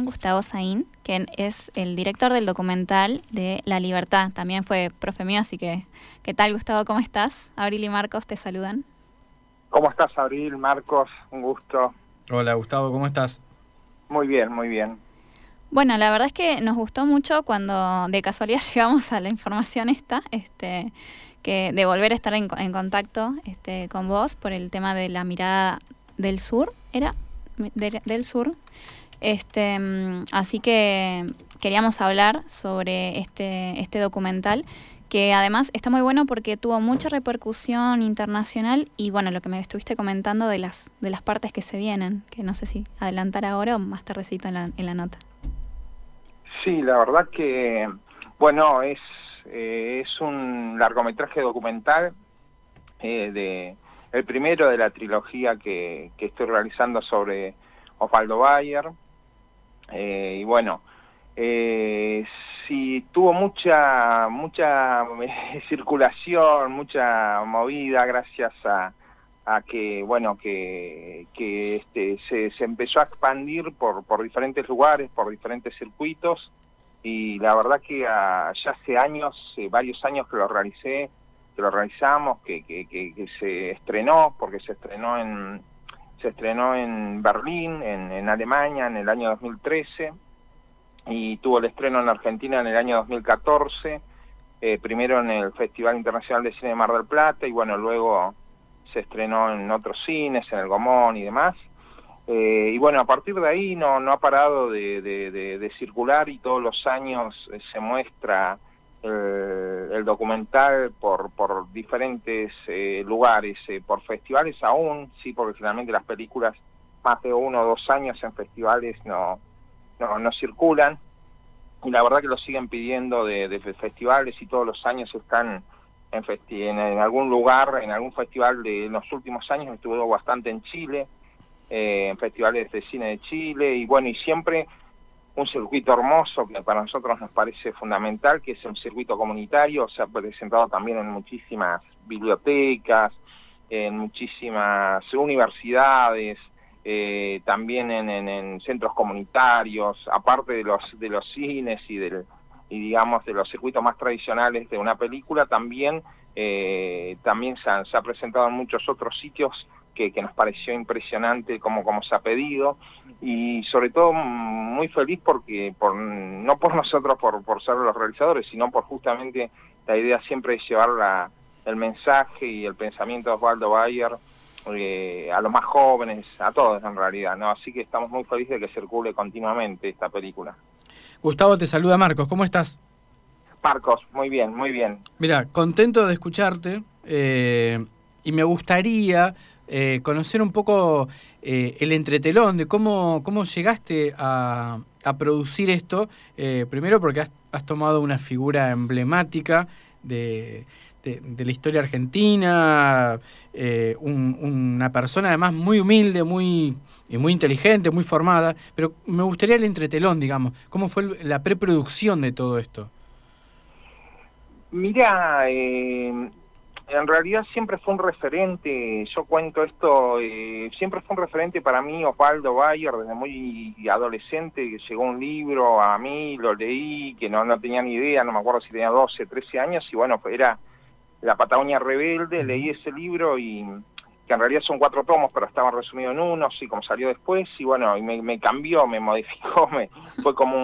con Gustavo Saín, que es el director del documental de La Libertad. También fue profe mío, así que, ¿qué tal, Gustavo? ¿Cómo estás? Abril y Marcos te saludan. ¿Cómo estás, Abril? Marcos, un gusto. Hola Gustavo, ¿cómo estás? Muy bien, muy bien. Bueno, la verdad es que nos gustó mucho cuando de casualidad llegamos a la información esta, que de volver a estar en contacto con vos por el tema de la mirada del sur, ¿era? Del sur. Así que queríamos hablar sobre este documental, que además está muy bueno porque tuvo mucha repercusión internacional y bueno, lo que me estuviste comentando de las partes que se vienen, que no sé si adelantar ahora o más tardecito en la nota. Sí, la verdad que, bueno, es un largometraje documental, el primero de la trilogía que estoy realizando sobre Osvaldo Bayer. Y bueno, sí, tuvo mucha circulación, mucha movida gracias a que, bueno, que se empezó a expandir por diferentes lugares, por diferentes circuitos, y la verdad que ya hace años, varios años que lo realizamos, que se estrenó, porque se estrenó en Berlín, en Alemania, en el año 2013, y tuvo el estreno en Argentina en el año 2014, primero en el Festival Internacional de Cine de Mar del Plata, y bueno, luego se estrenó en otros cines, en el Gomón y demás. Y bueno, a partir de ahí no ha parado de circular, y todos los años se muestra el documental por diferentes lugares, por festivales aún, sí, porque finalmente las películas más de 1 o 2 años en festivales no circulan, y la verdad que lo siguen pidiendo de festivales, y todos los años están en algún lugar, en algún festival. En los últimos años estuvo bastante en Chile, en festivales de cine de Chile, y bueno, y siempre un circuito hermoso que para nosotros nos parece fundamental, que es un circuito comunitario. Se ha presentado también en muchísimas bibliotecas, en muchísimas universidades, también en centros comunitarios, aparte de los cines y digamos de los circuitos más tradicionales de una película. También se ha presentado en muchos otros sitios que nos pareció impresionante como se ha pedido, y sobre todo muy feliz porque no por nosotros por ser los realizadores, sino por justamente la idea siempre de llevar el mensaje y el pensamiento de Osvaldo Bayer a los más jóvenes, a todos en realidad, ¿no? Así que estamos muy felices de que circule continuamente esta película. Gustavo, te saluda Marcos, ¿cómo estás? Marcos, muy bien, muy bien. Mira, contento de escucharte, y me gustaría conocer un poco el entretelón de cómo llegaste a producir esto, primero porque has tomado una figura emblemática de la historia argentina, una persona además muy humilde, muy inteligente, muy formada, pero me gustaría el entretelón, digamos, ¿cómo fue la preproducción de todo esto? Mira, en realidad siempre fue un referente, yo cuento esto, siempre fue un referente para mí Osvaldo Bayer. Desde muy adolescente que llegó un libro a mí, lo leí, que no tenía ni idea, no me acuerdo si tenía 12, 13 años, y bueno, era La Patagonia Rebelde. Leí ese libro, y que en realidad son 4 tomos, pero estaba resumido en uno, así como salió después, y bueno, y me cambió, me modificó, fue como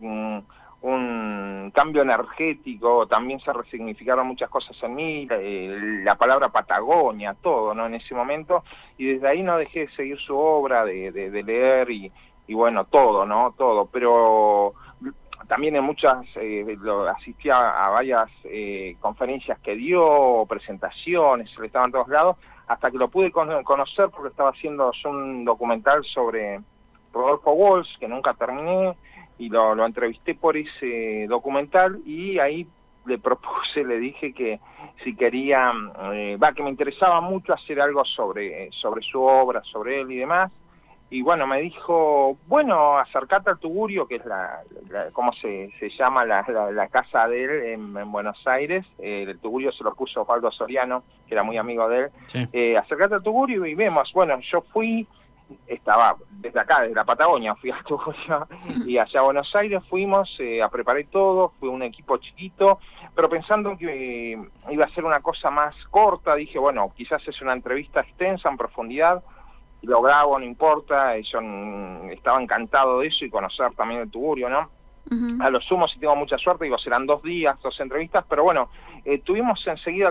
un cambio energético. También se resignificaron muchas cosas en mí, la palabra Patagonia, todo, ¿no? En ese momento, y desde ahí no dejé de seguir su obra, de leer, y bueno, todo, ¿no? Todo, pero también en muchas, asistí a varias conferencias que dio, presentaciones, él estaba en todos lados, hasta que lo pude conocer porque estaba haciendo yo un documental sobre Rodolfo Walsh, que nunca terminé, y lo entrevisté por ese documental, y ahí le propuse, le dije que si quería, que me interesaba mucho hacer algo sobre su obra, sobre él y demás. Y bueno, me dijo, bueno, acercate al Tugurio, que es ¿cómo se llama la casa de él en Buenos Aires? El Tugurio se lo puso Osvaldo Soriano, que era muy amigo de él. Sí. Acercate al Tugurio y vemos. Bueno, yo fui, estaba desde acá, desde la Patagonia, fui a Tucumán y allá a Buenos Aires fuimos a preparar todo, fue un equipo chiquito, pero pensando que iba a ser una cosa más corta, dije, bueno, quizás es una entrevista extensa, en profundidad, y lo grabo, no importa, yo estaba encantado de eso y conocer también el Tugurio, ¿no? A lo sumo, si tengo mucha suerte, serán 2 días, 2 entrevistas, pero bueno, tuvimos enseguida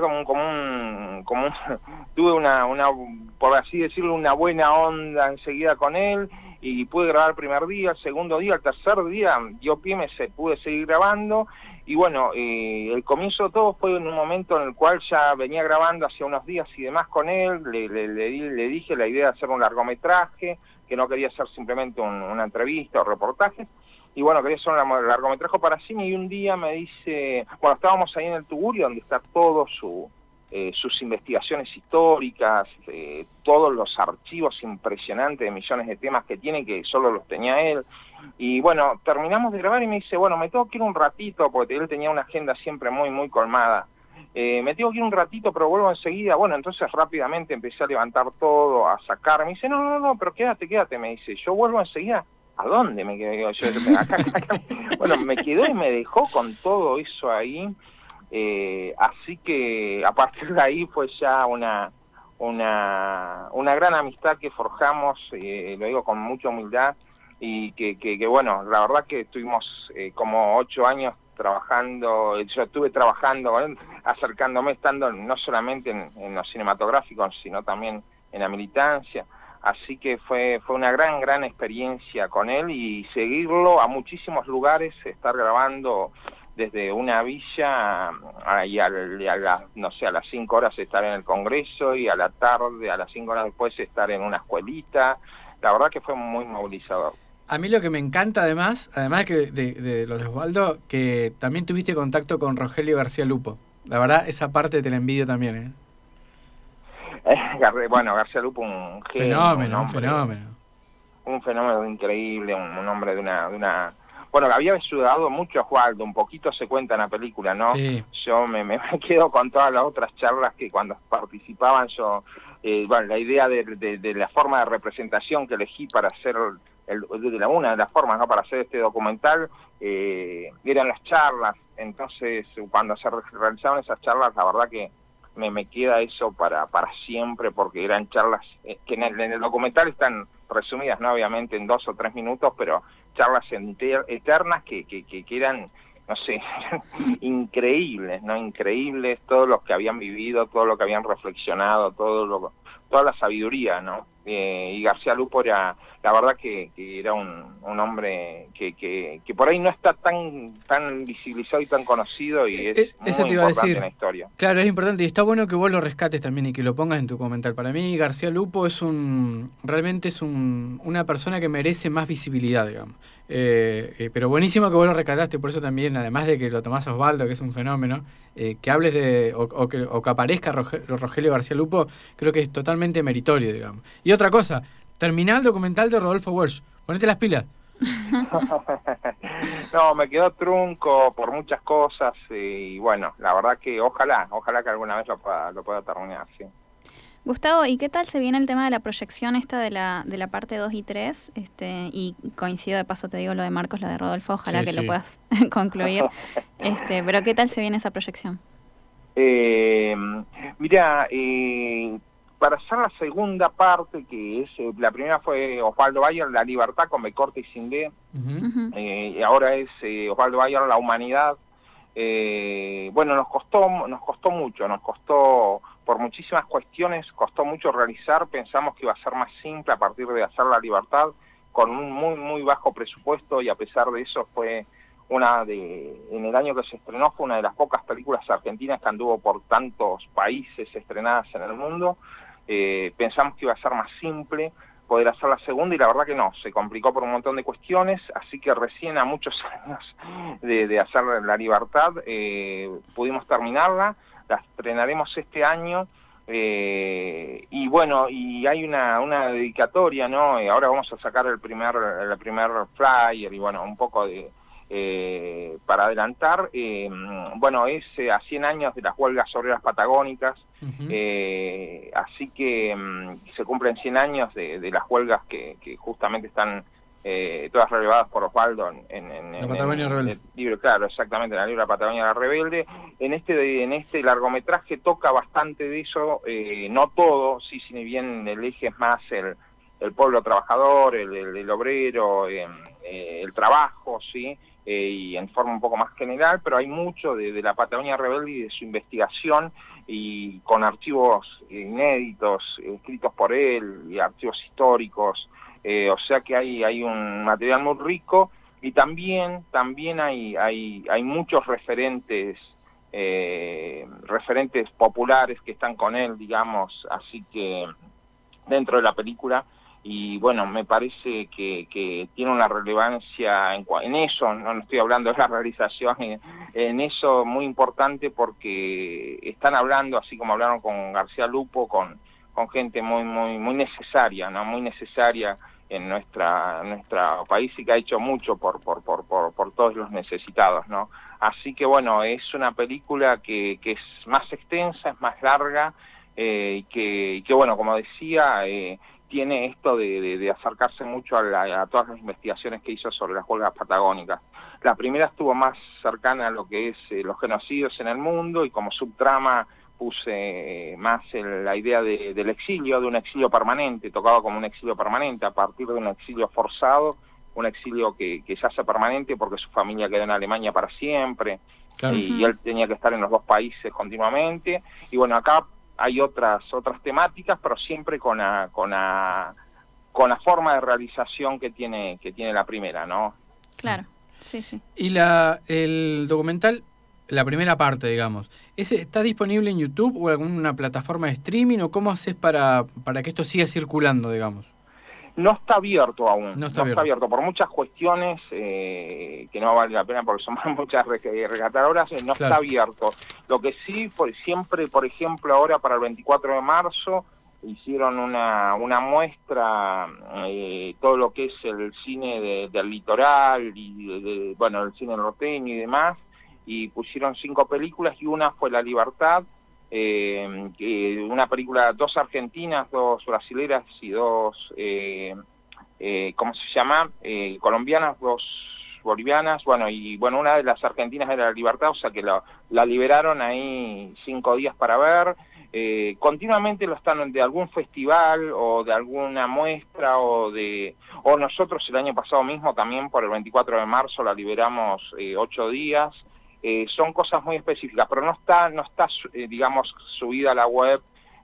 tuve una, por así decirlo, una buena onda enseguida con él, y pude grabar el primer día, el segundo día, el tercer día, dio pie, pude seguir grabando, y bueno, el comienzo de todo fue en un momento en el cual ya venía grabando hacía unos días y demás con él, le dije la idea de hacer un largometraje, que no quería hacer simplemente una entrevista o reportaje, y bueno, quería hacer un largometraje para cine, y un día me dice, bueno, estábamos ahí en el Tugurio, donde está todo sus investigaciones históricas, todos los archivos impresionantes de millones de temas que tiene, que solo los tenía él, y bueno, terminamos de grabar y me dice, bueno, me tengo que ir un ratito, porque él tenía una agenda siempre muy, muy colmada, me tengo que ir un ratito, pero vuelvo enseguida. Bueno, entonces rápidamente empecé a levantar todo, a sacar, me dice, no, pero quédate, me dice, yo vuelvo enseguida. ¿A dónde me quedé? Acá. Bueno, me quedó y me dejó con todo eso ahí, así que a partir de ahí fue ya una gran amistad que forjamos, lo digo con mucha humildad, y que bueno, la verdad que estuvimos como 8 años trabajando, yo estuve trabajando con él, acercándome, estando no solamente en lo cinematográfico, sino también en la militancia. Así que fue una gran experiencia con él, y seguirlo a muchísimos lugares, estar grabando desde una villa y a las 5 horas estar en el Congreso, y a la tarde, a las 5 horas después estar en una escuelita. La verdad que fue muy movilizador. A mí lo que me encanta además que de lo de Osvaldo, que también tuviste contacto con Rogelio García Lupo. La verdad, esa parte te la envidio también, ¿eh? Bueno, García Lupo, un genio, un fenómeno. Un fenómeno increíble, un hombre de una... Bueno, había ayudado mucho a Osvaldo, un poquito se cuenta en la película, ¿no? Sí. Yo me quedo con todas las otras charlas que cuando participaban yo... bueno, la idea de la forma de representación que elegí para hacer... una de las formas, ¿no?, para hacer este documental, eran las charlas. Entonces, cuando se realizaban esas charlas, la verdad que me queda eso para siempre, porque eran charlas que en el documental están resumidas, ¿no?, obviamente en 2 o 3 minutos, pero charlas eternas que eran, no sé, increíbles, ¿no? Increíbles, todos los que habían vivido, todo lo que habían reflexionado, toda la sabiduría, ¿no? Y García Lupo era, la verdad que era un hombre que por ahí no está tan visibilizado y tan conocido, y es muy importante en la historia. Claro, es importante, y está bueno que vos lo rescates también y que lo pongas en tu comentario. Para mí García Lupo realmente es una persona que merece más visibilidad, digamos. Pero buenísimo que vos lo rescataste, por eso también, además de que lo tomás a Osvaldo, que es un fenómeno, que hables o que aparezca Rogelio García Lupo, creo que es totalmente meritorio, digamos. Y otra cosa, terminá el documental de Rodolfo Walsh, ponete las pilas. No, me quedó trunco por muchas cosas, y bueno, la verdad que ojalá que alguna vez lo pueda terminar, sí. Gustavo, ¿y qué tal se viene el tema de la proyección esta de la parte 2 y 3? Y coincido, de paso te digo lo de Marcos, lo de Rodolfo, ojalá que lo puedas concluir. Pero ¿qué tal se viene esa proyección? Mira, para hacer la segunda parte, que es la primera fue Osvaldo Bayer, La Libertad con B corta y sin B, y ahora es Osvaldo Bayer, La Humanidad. Bueno, nos costó mucho, por muchísimas cuestiones, costó mucho realizar. Pensamos que iba a ser más simple a partir de hacer La Libertad, con un muy bajo presupuesto, y a pesar de eso fue en el año que se estrenó, fue una de las pocas películas argentinas que anduvo por tantos países estrenadas en el mundo. Pensamos que iba a ser más simple poder hacer la segunda, y la verdad que no, se complicó por un montón de cuestiones, así que recién a muchos años de hacer La Libertad pudimos terminarla. La estrenaremos este año, y bueno, y hay una dedicatoria, ¿no? Ahora vamos a sacar el primer flyer, y bueno, un poco para adelantar, bueno, es a 100 años de las huelgas obreras patagónicas, así que se cumplen 100 años de las huelgas que justamente están todas relevadas por Osvaldo en La Patagonia Rebelde. el libro, claro, exactamente, en el libro La Patagonia Rebelde. En este largometraje toca bastante de eso, no todo, sí, si bien el eje es más el pueblo trabajador, el obrero, el trabajo, sí, y en forma un poco más general, pero hay mucho de la Patagonia Rebelde y de su investigación, y con archivos inéditos, escritos por él, y archivos históricos, o sea que hay un material muy rico, y también hay muchos referentes populares que están con él, digamos, así que dentro de la película. Y bueno, me parece que tiene una relevancia en eso, no estoy hablando de la realización, en eso muy importante, porque están hablando, así como hablaron con García Lupo, con gente muy necesaria, ¿no? Muy necesaria en nuestro país, y que ha hecho mucho por todos los necesitados, ¿no? Así que bueno, es una película que es más extensa, es más larga, y que bueno, como decía, tiene esto de acercarse mucho a todas las investigaciones que hizo sobre las huelgas patagónicas. La primera estuvo más cercana a lo que es los genocidios en el mundo, y como subtrama puse más la idea del exilio, de un exilio permanente, tocado como un exilio permanente, a partir de un exilio forzado, un exilio que se hace permanente porque su familia quedó en Alemania para siempre, claro. Y él tenía que estar en los dos países continuamente. Y bueno, acá hay otras temáticas, pero siempre con la forma de realización que tiene la primera, ¿no? Claro, sí. Y el documental, la primera parte, digamos, ¿está disponible en YouTube o en alguna plataforma de streaming, o cómo haces para que esto siga circulando, digamos? No está abierto aún, no está abierto por muchas cuestiones que no vale la pena, porque son muchas rescatadoras, no claro. Está abierto. Lo que sí, siempre, por ejemplo, ahora para el 24 de marzo, hicieron una muestra, todo lo que es el cine del litoral, y bueno, el cine norteño y demás, y pusieron 5 películas, y una fue La Libertad, una película, 2 argentinas, 2 brasileras y 2, ¿cómo se llama? Colombianas, 2 bolivianas, bueno, y bueno, una de las argentinas era La Libertad, o sea que la liberaron ahí 5 días para ver. Continuamente lo están de algún festival o de alguna muestra, o nosotros el año pasado mismo también por el 24 de marzo la liberamos 8 días. Son cosas muy específicas, pero no está digamos, subida a la web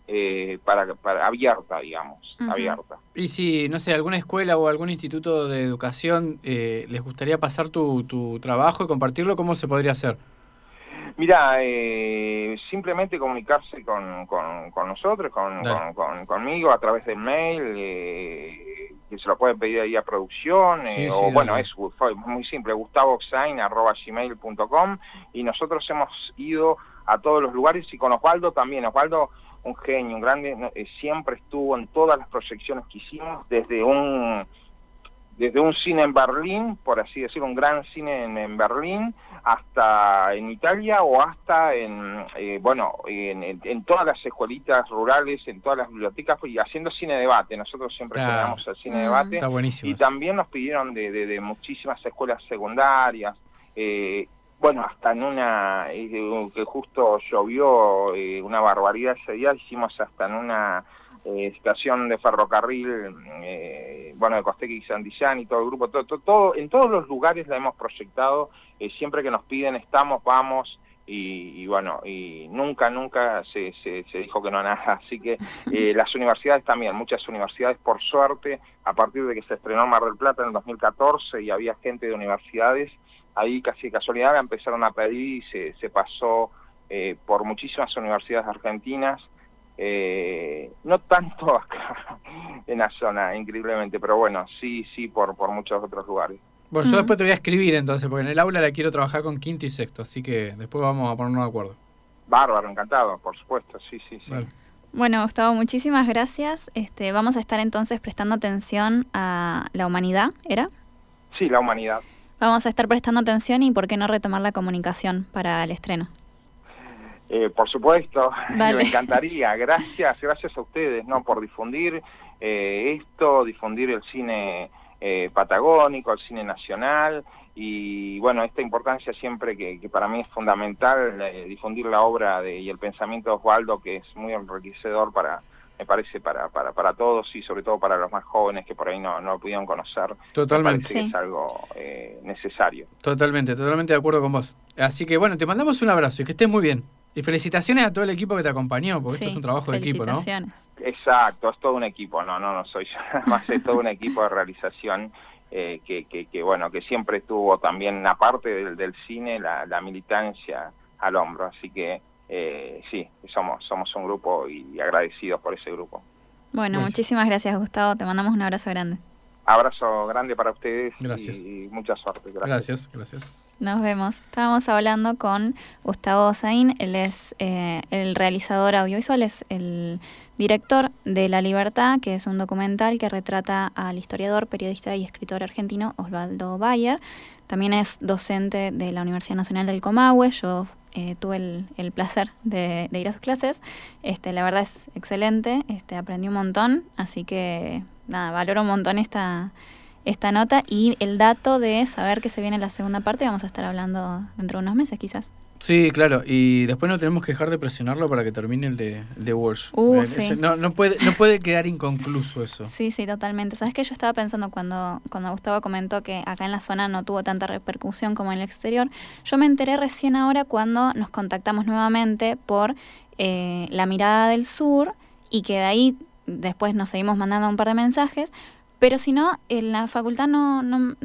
para abierta, digamos, abierta. Y si, no sé, alguna escuela o algún instituto de educación les gustaría pasar tu trabajo y compartirlo, ¿cómo se podría hacer? Mira, simplemente comunicarse con nosotros, conmigo a través del mail, que se lo pueden pedir ahí a producción, bueno, fue muy simple, gustavoxain@gmail.com, y nosotros hemos ido a todos los lugares, y con Osvaldo también. Osvaldo, un genio, un grande, siempre estuvo en todas las proyecciones que hicimos, desde un cine en Berlín, por así decirlo, un gran cine en Berlín, hasta en Italia, o hasta en todas las escuelitas rurales, en todas las bibliotecas, y haciendo cine debate. Nosotros siempre generamos el cine debate. Está buenísimo. Y también nos pidieron de muchísimas escuelas secundarias, bueno, hasta en una, que justo llovió una barbaridad ese día, hicimos hasta en una estación de ferrocarril, bueno, de Costequi y Santillán, y todo el grupo, todo, en todos los lugares la hemos proyectado, siempre que nos piden estamos, vamos, y bueno, y nunca se dijo que no a nada. Así que las universidades también, muchas universidades, por suerte, a partir de que se estrenó Mar del Plata en el 2014 y había gente de universidades, ahí casi de casualidad empezaron a pedir, y se pasó por muchísimas universidades argentinas. No tanto acá en la zona, increíblemente, pero bueno, sí por muchos otros lugares. Bueno, yo después te voy a escribir entonces, porque en el aula la quiero trabajar con quinto y sexto, así que después vamos a ponernos de acuerdo. Bárbaro, encantado, por supuesto, sí. Vale. Bueno, Gustavo, muchísimas gracias. Vamos a estar entonces prestando atención a La Humanidad, ¿era? Sí, La Humanidad. Vamos a estar prestando atención y por qué no retomar la comunicación para el estreno. Por supuesto, Dale. me encantaría. Gracias a ustedes, ¿no? Por difundir esto, difundir el cine patagónico, el cine nacional, y bueno, esta importancia siempre que para mí es fundamental, difundir la obra y el pensamiento de Osvaldo, que es muy enriquecedor me parece, para todos, y sobre todo para los más jóvenes que por ahí no lo pudieron conocer. Totalmente. Me parece que es algo necesario. Totalmente de acuerdo con vos. Así que bueno, te mandamos un abrazo y que estés muy bien. Y felicitaciones a todo el equipo que te acompañó, porque esto es un trabajo de equipo, ¿no? Exacto, es todo un equipo, no soy yo, nada más es todo un equipo de realización que bueno, que siempre tuvo también, aparte del cine, la militancia al hombro, así que sí, somos un grupo y agradecidos por ese grupo. Bueno, muchísimas gracias, Gustavo, te mandamos un abrazo grande. Abrazo grande para ustedes. Gracias. Y mucha suerte. Gracias. Nos vemos. Estábamos hablando con Gustavo Saín, él es el realizador audiovisual, es el director de La Libertad, que es un documental que retrata al historiador, periodista y escritor argentino Osvaldo Bayer. También es docente de la Universidad Nacional del Comahue. Yo tuve el placer de ir a sus clases. La verdad es excelente, aprendí un montón, así que nada, valoro un montón esta nota y el dato de saber que se viene la segunda parte. Vamos a estar hablando dentro de unos meses quizás. Sí, claro, y después no tenemos que dejar de presionarlo para que termine el de Walsh. Sí. No puede quedar inconcluso eso. Sí, totalmente. ¿Sabes qué? Yo estaba pensando cuando Gustavo comentó que acá en la zona no tuvo tanta repercusión como en el exterior. Yo me enteré recién ahora cuando nos contactamos nuevamente por La Mirada del Sur, y que de ahí después nos seguimos mandando un par de mensajes. Pero si no, en la facultad no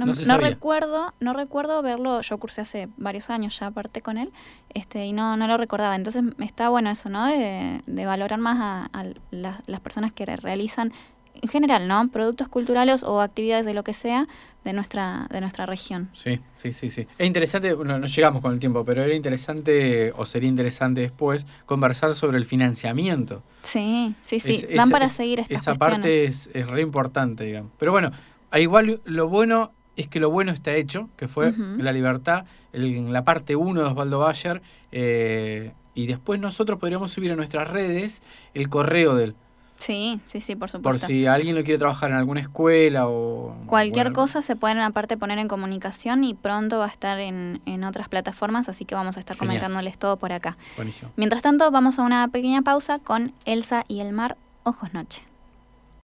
recuerdo verlo. Yo cursé hace varios años, ya aparte con él, y no lo recordaba. Entonces está bueno eso, ¿no? De valorar más a las personas que realizan, en general, ¿no? Productos culturales o actividades de lo que sea de nuestra región. Sí. Es interesante, no llegamos con el tiempo, pero era interesante, o sería interesante después, conversar sobre el financiamiento. Sí. Dan para seguir estas esa cuestiones. Parte es re importante, digamos. Pero bueno, igual lo bueno es que lo bueno está hecho, que fue La Libertad, la parte 1 de Osvaldo Bayer, y después nosotros podríamos subir a nuestras redes el correo de él. Sí, por supuesto. Por si alguien lo quiere trabajar en alguna escuela o... Cualquier cosa se pueden aparte poner en comunicación, y pronto va a estar en otras plataformas, así que vamos a estar comentándoles todo por acá. Buenísimo. Mientras tanto, vamos a una pequeña pausa con Elsa y el mar, Ojos Noche.